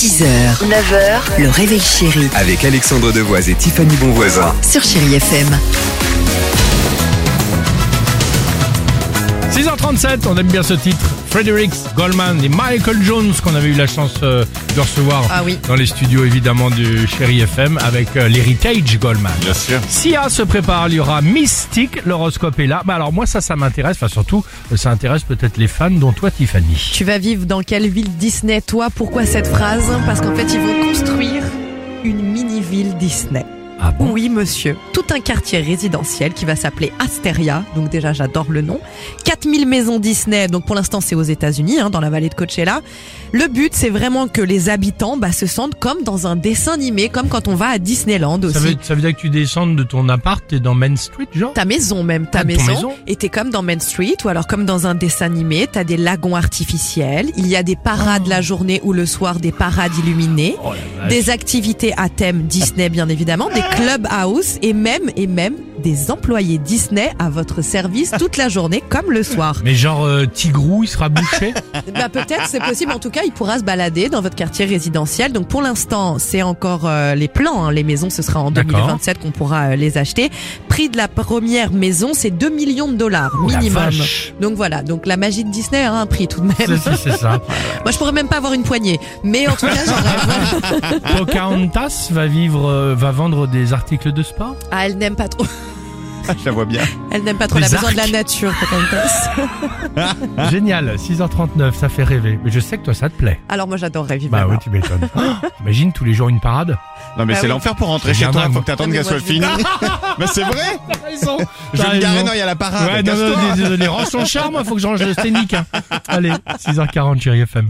6h, 9h, le réveil chéri Avec Alexandre Devoise et Tiffany Bonvoisin. sur Chéri FM. 6h37, on aime bien ce titre. Frederick Goldman et Michael Jones, qu'on avait eu la chance de recevoir dans les studios évidemment du Chéri FM avec l'Heritage Goldman. Bien sûr. Sia se prépare, il y aura Mystique, l'horoscope est là. Bah alors moi ça m'intéresse, enfin surtout ça intéresse peut-être les fans, dont toi Tiffany. Tu vas vivre dans quelle ville Disney, toi? Pourquoi cette phrase? Parce qu'en fait, ils vont construire une mini-ville Disney. Ah bon? Oui, monsieur. Tout un quartier résidentiel qui va s'appeler Asteria. Donc déjà, j'adore le nom. 4000 maisons Disney. Donc pour l'instant, c'est aux États-Unis, dans la vallée de Coachella. Le but, c'est vraiment que les habitants se sentent comme dans un dessin animé, comme quand on va à Disneyland aussi. Ça veut dire que tu descendes de ton appart, t'es dans Main Street, genre? Ta maison même, ta ton maison. Et t'es comme dans Main Street ou alors comme dans un dessin animé, t'as des lagons artificiels, il y a des parades la journée ou le soir, des parades illuminées, Oh la vache. des activités à thème Disney bien évidemment, des clubhouse et même des employés Disney à votre service toute la journée comme le soir. Mais genre Tigrou, il sera bouché? Peut-être, c'est possible. En tout cas, il pourra se balader dans votre quartier résidentiel. Donc pour l'instant, c'est encore les plans. Les maisons, ce sera en 2027 qu'on pourra les acheter. Prix de la première maison, c'est $2 millions minimum. vache. Donc voilà. Donc la magie de Disney a un prix tout de même. C'est ça. Moi, je pourrais même pas avoir une poignée. Mais en tout cas, j'en rêve. Pocahontas va vendre des articles de sport? Ah, elle n'aime pas trop. Je la vois bien. Elle n'aime pas trop. Elle a Des besoin de la arcs. nature, Pocahontas. Génial, 6h39, ça fait rêver. Mais je sais que toi ça te plaît. Alors moi, j'adorerais vivre Bah là-bas. oui, tu m'étonnes. Imagine tous les jours une parade. Non mais Ah c'est oui. l'enfer pour rentrer C'est chez toi, bien faut dingue. que t'attendes Non, mais qu'elle soit moi, finie. Mais c'est vrai. Je T'as vais me garer, raison. non, il y a la parade. Ouais, non, casse-toi. désolé, range ton charme, moi faut que je range le scénic. Allez, 6h40, Chéri FM.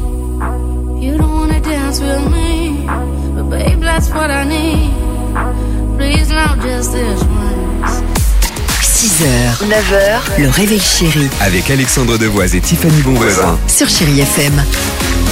You don't wanna dance with me, but babe, that's what I need. Please, now just this once. 6h, 9h, le réveil chéri Avec Alexandre Devoise et Tiffany Bonvoisin. sur Chéri FM.